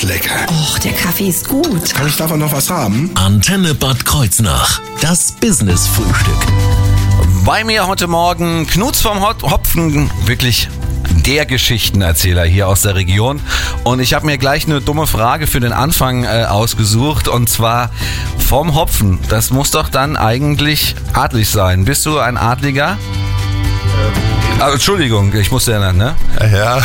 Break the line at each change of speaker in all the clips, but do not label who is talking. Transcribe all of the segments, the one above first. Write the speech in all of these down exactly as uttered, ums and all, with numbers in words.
ist lecker.
Och, der Kaffee ist gut.
Kann ich davon noch was haben?
Antenne Bad Kreuznach. Das Business-Frühstück.
Bei mir heute Morgen Knuts vom Hopfen, wirklich der Geschichtenerzähler hier aus der Region. Und ich habe mir gleich eine dumme Frage für den Anfang äh, ausgesucht. Und zwar vom Hopfen. Das muss doch dann eigentlich adlig sein. Bist du ein Adliger? Ah, Entschuldigung, ich musste ja, ne?
Ja,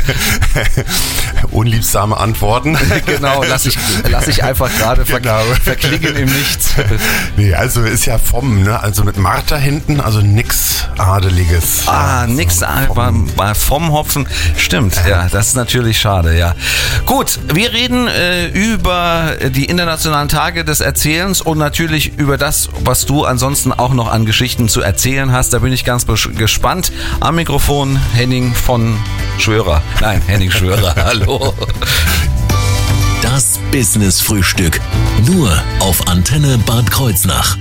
unliebsame Antworten.
Genau, lass ich, lass ich einfach gerade ver-
Genau.
verklingen im Nichts.
Nee, also ist ja vom, ne? Also mit Martha hinten, also nix Adeliges.
Ah,
also
nix vom, war vom Hopfen. Stimmt, ja, das ist natürlich schade, ja. Gut, wir reden äh, über die internationalen Tage des Erzählens und natürlich über das, was du ansonsten auch noch an Geschichten zu erzählen hast. Da bin ich ganz besch- gespannt. Am Mikrofon Henning von Schwörer. Nein, Henning Schwörer, hallo.
Das Business-Frühstück. Nur auf Antenne Bad Kreuznach.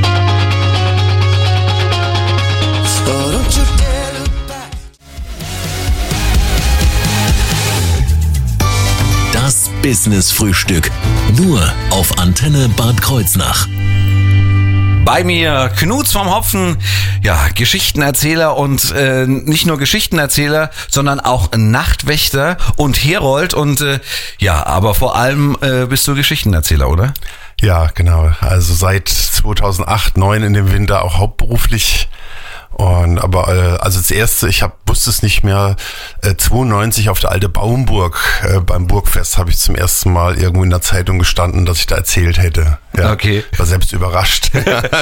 Das Business-Frühstück. Nur auf Antenne Bad Kreuznach.
Bei mir Knuts vom Hopfen, ja, Geschichtenerzähler und äh, nicht nur Geschichtenerzähler, sondern auch Nachtwächter und Herold und äh, ja, aber vor allem äh, bist du Geschichtenerzähler, oder?
Ja, genau. Also seit zweitausendacht, neun in dem Winter auch hauptberuflich. Und aber äh, also das erste, ich hab, wusste es nicht mehr, äh, zweiundneunzig auf der Alte Baumburg äh, beim Burgfest habe ich zum ersten Mal irgendwo in der Zeitung gestanden, dass ich da erzählt hätte. Ja,
okay.
War selbst überrascht.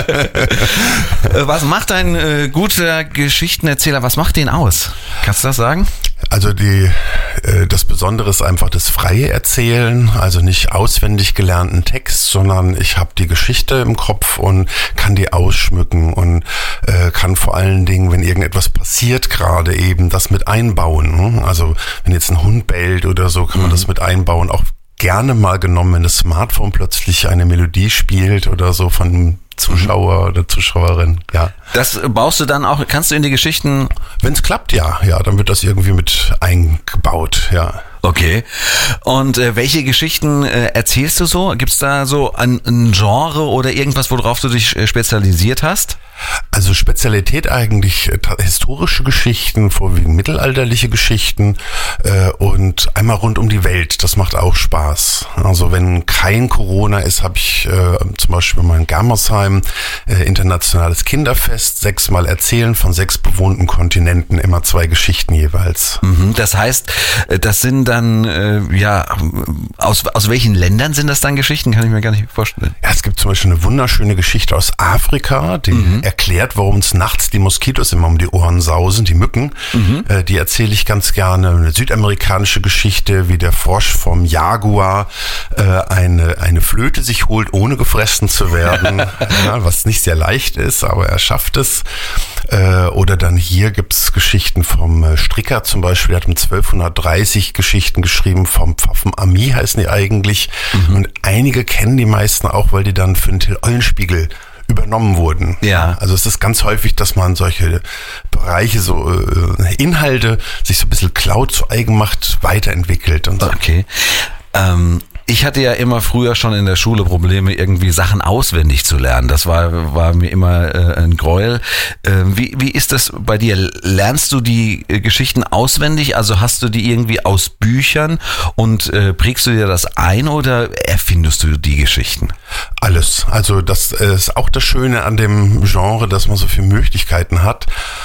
Was macht ein äh, guter Geschichtenerzähler, was macht den aus? Kannst du das sagen?
Also die, äh, das Besondere ist einfach das freie Erzählen, also nicht auswendig gelernten Text, sondern ich habe die Geschichte im Kopf und kann die ausschmücken und äh, kann vor allen Dingen, wenn irgendetwas passiert gerade eben, das mit einbauen. Ne? Also wenn jetzt ein Hund bellt oder so, kann man mhm. das mit einbauen. Auch gerne mal genommen, wenn das Smartphone plötzlich eine Melodie spielt oder so von einem Zuschauer oder Zuschauerin, ja.
Das baust du dann auch, kannst du in die Geschichten...
Wenn es klappt, ja, ja, dann wird das irgendwie mit eingebaut, ja.
Okay. Und äh, welche Geschichten äh, erzählst du so? Gibt's da so ein, ein Genre oder irgendwas, worauf du dich äh, spezialisiert hast?
Also Spezialität eigentlich äh, historische Geschichten, vorwiegend mittelalterliche Geschichten äh, und einmal rund um die Welt. Das macht auch Spaß. Also wenn kein Corona ist, habe ich äh, zum Beispiel mal in Germersheim äh, internationales Kinderfest, sechsmal erzählen von sechs bewohnten Kontinenten, immer zwei Geschichten jeweils.
Mhm, das heißt, das sind dann, äh, ja, aus, aus welchen Ländern sind das dann Geschichten? Kann ich mir gar nicht vorstellen.
Ja, es gibt zum Beispiel eine wunderschöne Geschichte aus Afrika, die mhm. erklärt, warum uns nachts die Moskitos immer um die Ohren sausen, die Mücken. Mhm. Äh, die erzähle ich ganz gerne. Eine südamerikanische Geschichte, wie der Frosch vom Jaguar äh, eine, eine Flöte sich holt, ohne gefressen zu werden, ja, was nicht sehr leicht ist, aber er schafft es. Äh, oder dann hier gibt's Geschichten vom äh, Stricker zum Beispiel, der hat um zwölfhundertdreißig Geschichten geschrieben, vom Pfaffen Ami heißen die eigentlich. Mhm. Und einige kennen die meisten auch, weil die dann für den Till Eulenspiegel übernommen wurden.
Ja.
Also es ist ganz häufig, dass man solche Bereiche, so äh, Inhalte sich so ein bisschen klaut, zu eigen macht, weiterentwickelt und so.
Okay. Ähm Ich hatte ja immer früher schon in der Schule Probleme, irgendwie Sachen auswendig zu lernen. Das war, war mir immer äh, ein Gräuel. Äh, wie, wie ist das bei dir? Lernst du die äh, Geschichten auswendig? Also hast du die irgendwie aus Büchern und äh, prägst du dir das ein oder erfindest du die Geschichten?
Alles. Also das ist auch das Schöne an dem Genre, dass man so viele Möglichkeiten hat.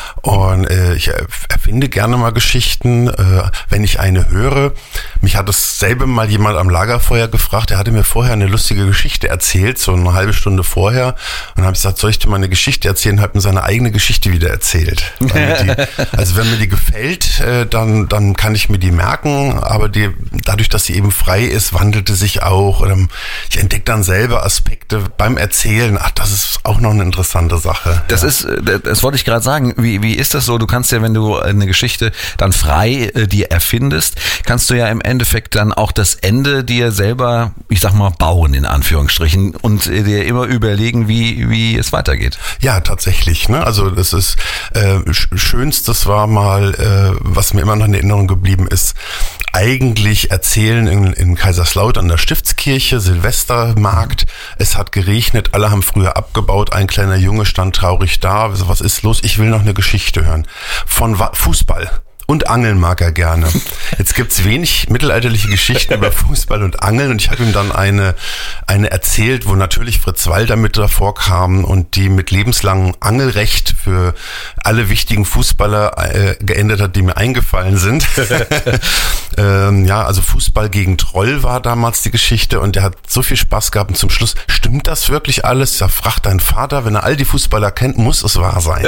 Und äh, ich erfinde gerne mal Geschichten, äh, wenn ich eine höre. Mich hat dasselbe mal jemand am Lagerfeuer gefragt, der hatte mir vorher eine lustige Geschichte erzählt, so eine halbe Stunde vorher. Und dann habe ich gesagt, soll ich dir mal eine Geschichte erzählen? Hat mir seine eigene Geschichte wieder erzählt. Die, also wenn mir die gefällt, äh, dann, dann kann ich mir die merken, aber die, dadurch, dass sie eben frei ist, wandelte sich auch. Oder ich entdecke dann selber Aspekte beim Erzählen. Ach, das ist auch noch eine interessante Sache.
Das
ja.
ist, das wollte ich gerade sagen. Wie, wie ist das so? Du kannst ja, wenn du eine Geschichte dann frei äh, dir erfindest, kannst du ja im Endeffekt dann auch das Ende dir selber, ich sag mal, bauen in Anführungsstrichen und äh, dir immer überlegen, wie wie es weitergeht.
Ja, tatsächlich. Ne? Also das ist äh, Schönstes war mal, äh, was mir immer noch in Erinnerung geblieben ist, eigentlich erzählen in, in Kaiserslautern an der Stiftskirche, Silvestermarkt. Es hat geregnet, alle haben früher abgebaut, ein kleiner Junge stand traurig da. Was ist los? Ich will noch eine Geschichte hören. Von Fußball. Und Angeln mag er gerne. Jetzt gibt's wenig mittelalterliche Geschichten über Fußball und Angeln und ich habe ihm dann eine eine erzählt, wo natürlich Fritz Walter mit davor kam und die mit lebenslangem Angelrecht für alle wichtigen Fußballer äh, geendet hat, die mir eingefallen sind. ähm, ja, also Fußball gegen Troll war damals die Geschichte und der hat so viel Spaß gehabt und zum Schluss, stimmt das wirklich alles? Ja, fragt dein Vater, wenn er all die Fußballer kennt, muss es wahr sein.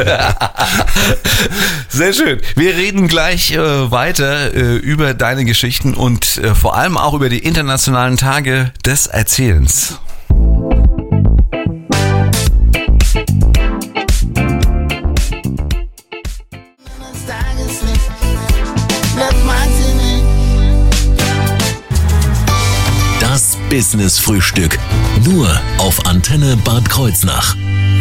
Sehr schön. Wir reden gleich äh, weiter äh, über deine Geschichten und äh, vor allem auch über die internationalen Tage des Erzählens.
Das Business-Frühstück. Nur auf Antenne Bad Kreuznach.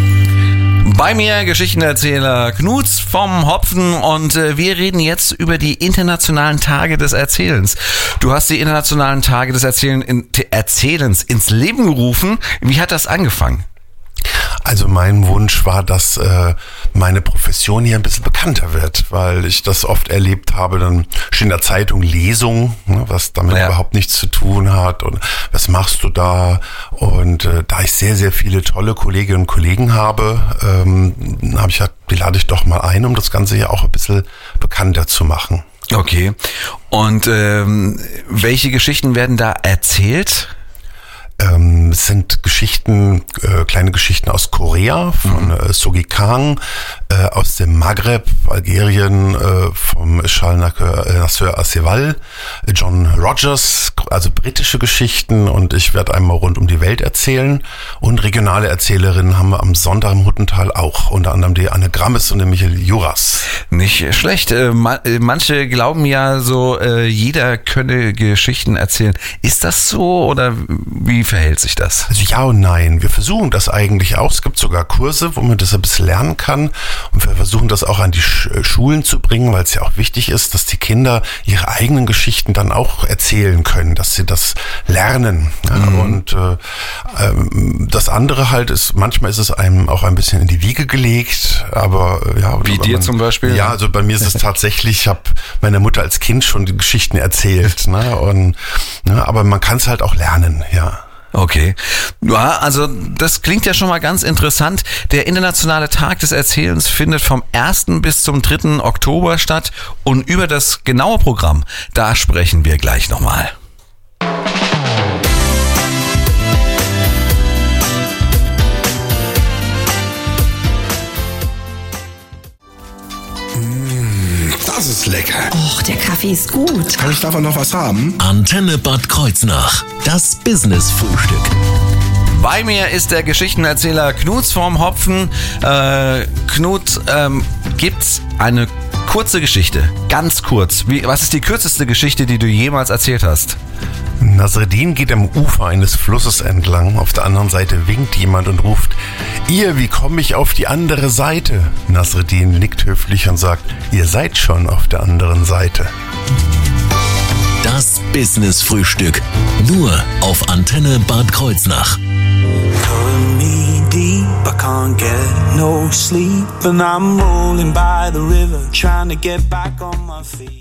Bei mir Geschichtenerzähler Knuts vom Hopfen und äh, wir reden jetzt über die internationalen Tage des Erzählens. Du hast die internationalen Tage des Erzählen in, Erzählens ins Leben gerufen. Wie hat das angefangen?
Also mein Wunsch war, dass äh, meine Profession hier ein bisschen bekannter wird, weil ich das oft erlebt habe, dann steht in der Zeitung Lesung, ne, was damit ja. überhaupt nichts zu tun hat und was machst du da? Und äh, da ich sehr, sehr viele tolle Kolleginnen und Kollegen habe, ähm, habe ich gesagt, die lade ich doch mal ein, um das Ganze hier auch ein bisschen bekannter zu machen.
Okay. Und ähm, welche Geschichten werden da erzählt?
Ähm, es sind Geschichten, äh, kleine Geschichten aus Korea, von mhm. äh, Sogi Kang, äh, aus dem Maghreb, Algerien, äh, vom Charles Nassir Asseval, John Rogers, also britische Geschichten und ich werde einmal rund um die Welt erzählen und regionale Erzählerinnen haben wir am Sonntag im Huttental auch, unter anderem die Anne Grammes und der Michael Juras.
Nicht schlecht. Äh, ma- manche glauben ja so, äh, jeder könne Geschichten erzählen. Ist das so oder wie verhält sich das?
Also ja und nein. Wir versuchen das eigentlich auch. Es gibt sogar Kurse, wo man das ein bisschen lernen kann. Und wir versuchen das auch an die Sch- Schulen zu bringen, weil es ja auch wichtig ist, dass die Kinder ihre eigenen Geschichten dann auch erzählen können, dass sie das lernen. Ja, mhm. Und äh, ähm, das andere halt ist, manchmal ist es einem auch ein bisschen in die Wiege gelegt, aber ja.
Wie dir
man,
zum Beispiel?
Ja, also bei mir ist es tatsächlich, ich habe meiner Mutter als Kind schon die Geschichten erzählt. Ne? Und, ne, aber man kann es halt auch lernen, ja.
Okay. Ja, also das klingt ja schon mal ganz interessant. Der Internationale Tag des Erzählens findet vom ersten bis zum dritten Oktober statt und über das genaue Programm, da sprechen wir gleich nochmal.
Das ist lecker.
Och, der Kaffee ist gut.
Kann ich davon noch was haben?
Antenne Bad Kreuznach. Das Business-Frühstück.
Bei mir ist der Geschichtenerzähler Knuts vom Hopfen. Äh, Knut, ähm, gibt's eine kurze Geschichte? Ganz kurz. Wie, was ist die kürzeste Geschichte, die du jemals erzählt hast?
Nasreddin geht am Ufer eines Flusses entlang. Auf der anderen Seite winkt jemand und ruft: Ihr, wie komme ich auf die andere Seite? Nasreddin nickt höflich und sagt: Ihr seid schon auf der anderen Seite.
Das Business-Frühstück. Nur auf Antenne Bad Kreuznach.
Pulling me deep, I can't get no sleep, and I'm rolling by the river, trying to get back on my feet.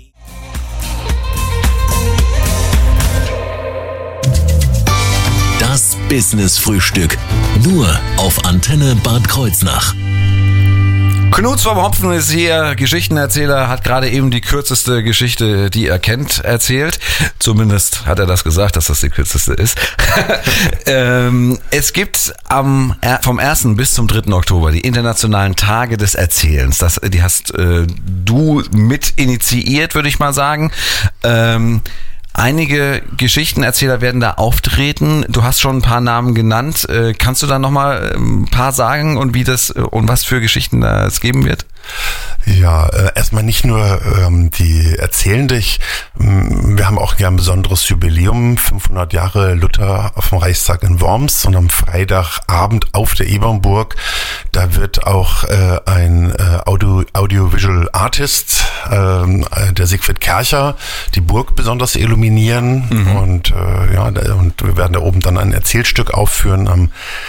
Das Business-Frühstück. Nur auf Antenne Bad Kreuznach.
Knuts vom Hopfen ist hier, Geschichtenerzähler, hat gerade eben die kürzeste Geschichte, die er kennt, erzählt. Zumindest hat er das gesagt, dass das die kürzeste ist. ähm, es gibt am vom ersten bis zum dritten Oktober die internationalen Tage des Erzählens. Das, die hast äh, du mit initiiert, würde ich mal sagen. Ähm, Einige Geschichtenerzähler werden da auftreten. Du hast schon ein paar Namen genannt. Kannst du da nochmal ein paar sagen und wie das und was für Geschichten da es geben wird?
Ja, äh, erstmal nicht nur ähm, die Erzählende. Ich, ähm, wir haben auch ja ein besonderes Jubiläum, fünfhundert Jahre Luther auf dem Reichstag in Worms, und am Freitagabend auf der Ebernburg, da wird auch äh, ein äh, Audio, Audiovisual Artist, ähm, äh, der Siegfried Kercher, die Burg besonders illuminieren. Mhm. Und äh, ja, und wir werden da oben dann ein Erzählstück aufführen am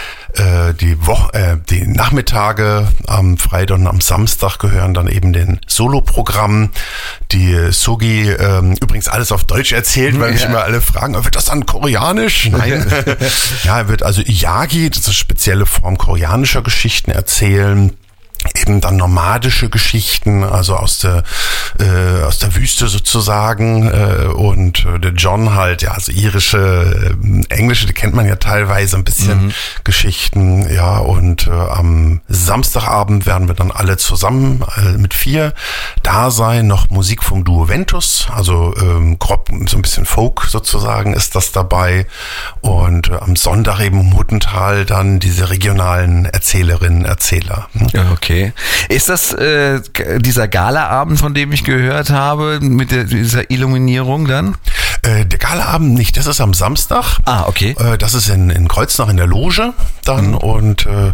Die Woche, äh, die Nachmittage am Freitag und am Samstag gehören dann eben den Soloprogrammen. Die Sogi, ähm, übrigens alles auf Deutsch erzählt, weil mich ja immer alle fragen, wird das dann koreanisch? Nein. Ja, er wird also Iyagi, das ist eine spezielle Form koreanischer Geschichten erzählen. Eben dann nomadische Geschichten, also aus der äh, aus der Wüste sozusagen, äh, und äh, der John halt, ja, also irische, äh, englische, die kennt man ja teilweise ein bisschen, mhm. Geschichten, ja, und äh, am Samstagabend werden wir dann alle zusammen äh, mit vier da sein, noch Musik vom Duo Ventus, also ähm, grob so ein bisschen Folk sozusagen ist das dabei, und äh, am Sonntag eben im Huttental dann diese regionalen Erzählerinnen, Erzähler. Hm?
Ja, okay. Ist das äh, dieser Galaabend, von dem ich gehört habe, mit der, dieser Illuminierung dann?
Äh, der Galaabend nicht, das ist am Samstag.
Ah, okay.
Äh, das ist in, in Kreuznach in der Loge dann, mhm. und äh,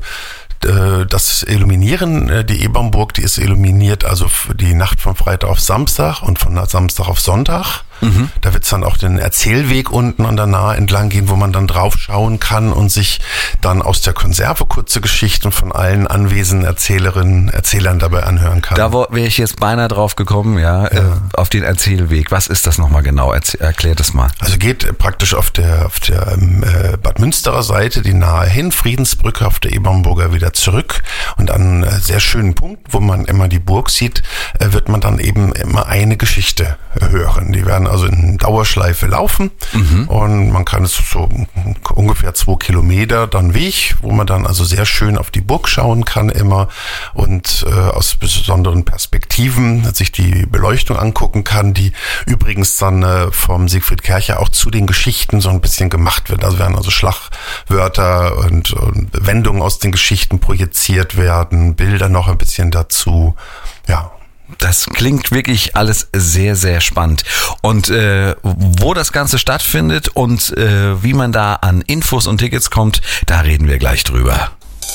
das Illuminieren, die Ebernburg, die ist illuminiert, also die Nacht von Freitag auf Samstag und von Samstag auf Sonntag. Mhm. Da wird es dann auch den Erzählweg unten an der Nahe entlang gehen, wo man dann drauf schauen kann und sich dann aus der Konserve kurze Geschichten von allen anwesenden Erzählerinnen, Erzählern dabei anhören kann.
Da wäre ich jetzt beinahe drauf gekommen, ja, ja. Äh, auf den Erzählweg. Was ist das nochmal genau? Erz- erklärt es mal.
Also geht praktisch auf der, auf der ähm, äh, Bad Münsterer Seite die Nahe hin, Friedensbrücke auf der Ebernburger wieder zurück, und an einem sehr schönen Punkt, wo man immer die Burg sieht, äh, wird man dann eben immer eine Geschichte hören. Die werden also in Dauerschleife laufen, mhm. und man kann es so ungefähr zwei Kilometer dann Weg, wo man dann also sehr schön auf die Burg schauen kann immer und äh, aus besonderen Perspektiven sich die Beleuchtung angucken kann, die übrigens dann äh, vom Siegfried Kercher auch zu den Geschichten so ein bisschen gemacht wird. Also werden also Schlagwörter und, und Wendungen aus den Geschichten projiziert werden, Bilder noch ein bisschen dazu, ja.
Das klingt wirklich alles sehr, sehr spannend. Und äh, wo das Ganze stattfindet und äh, wie man da an Infos und Tickets kommt, da reden wir gleich drüber.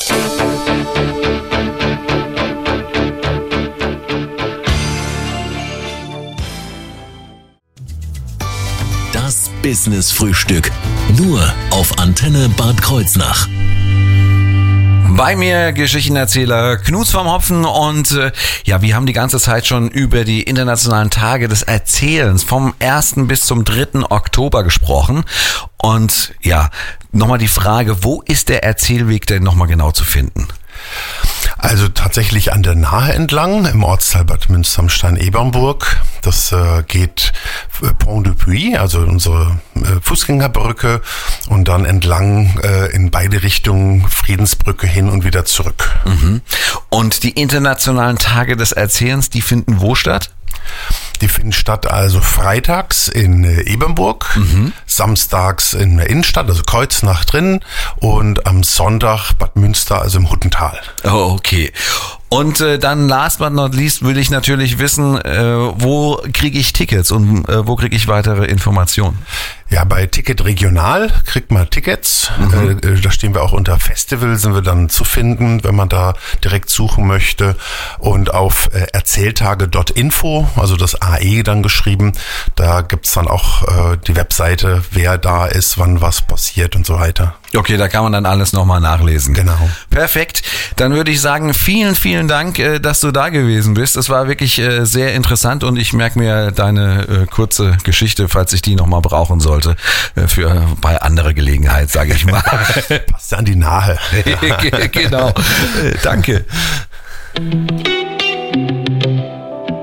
Das Business-Frühstück. Nur auf Antenne Bad Kreuznach.
Bei mir Geschichtenerzähler Knuts vom Hopfen, und äh, ja, wir haben die ganze Zeit schon über die internationalen Tage des Erzählens vom ersten bis zum dritten Oktober gesprochen. Und ja, nochmal die Frage, wo ist der Erzählweg denn nochmal genau zu finden?
Also tatsächlich an der Nahe entlang, im Ortsteil Bad Münster am Stein-Ebernburg. Das äh, geht äh, Pont du Puy, also unsere äh, Fußgängerbrücke, und dann entlang äh, in beide Richtungen Friedensbrücke hin und wieder zurück.
Mhm. Und die internationalen Tage des Erzählens, die finden wo statt?
Die finden statt also freitags in äh, Ebernburg, mhm. samstags in der Innenstadt, also Kreuznach drin, und am Sonntag Bad Münster, also im Huttental.
Oh, okay. Und äh, dann last but not least will ich natürlich wissen, äh, wo kriege ich Tickets und äh, wo kriege ich weitere Informationen?
Ja, bei Ticket Regional kriegt man Tickets.
Mhm.
Äh, da stehen wir auch unter Festival, sind wir dann zu finden, wenn man da direkt suchen möchte. Und auf äh, erzähltage Punkt info, also das A E dann geschrieben, da gibt's dann auch äh, die Webseite, wer da ist, wann was passiert und so weiter.
Okay, da kann man dann alles nochmal nachlesen.
Genau.
Perfekt. Dann würde ich sagen, vielen, vielen Dank, dass du da gewesen bist. Es war wirklich sehr interessant, und ich merke mir deine kurze Geschichte, falls ich die nochmal brauchen sollte, für bei anderer Gelegenheit, sage ich mal.
Passt ja an die Nahe.
Genau. Danke.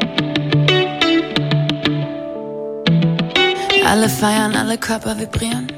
Alle feiern, alle Körper vibrieren.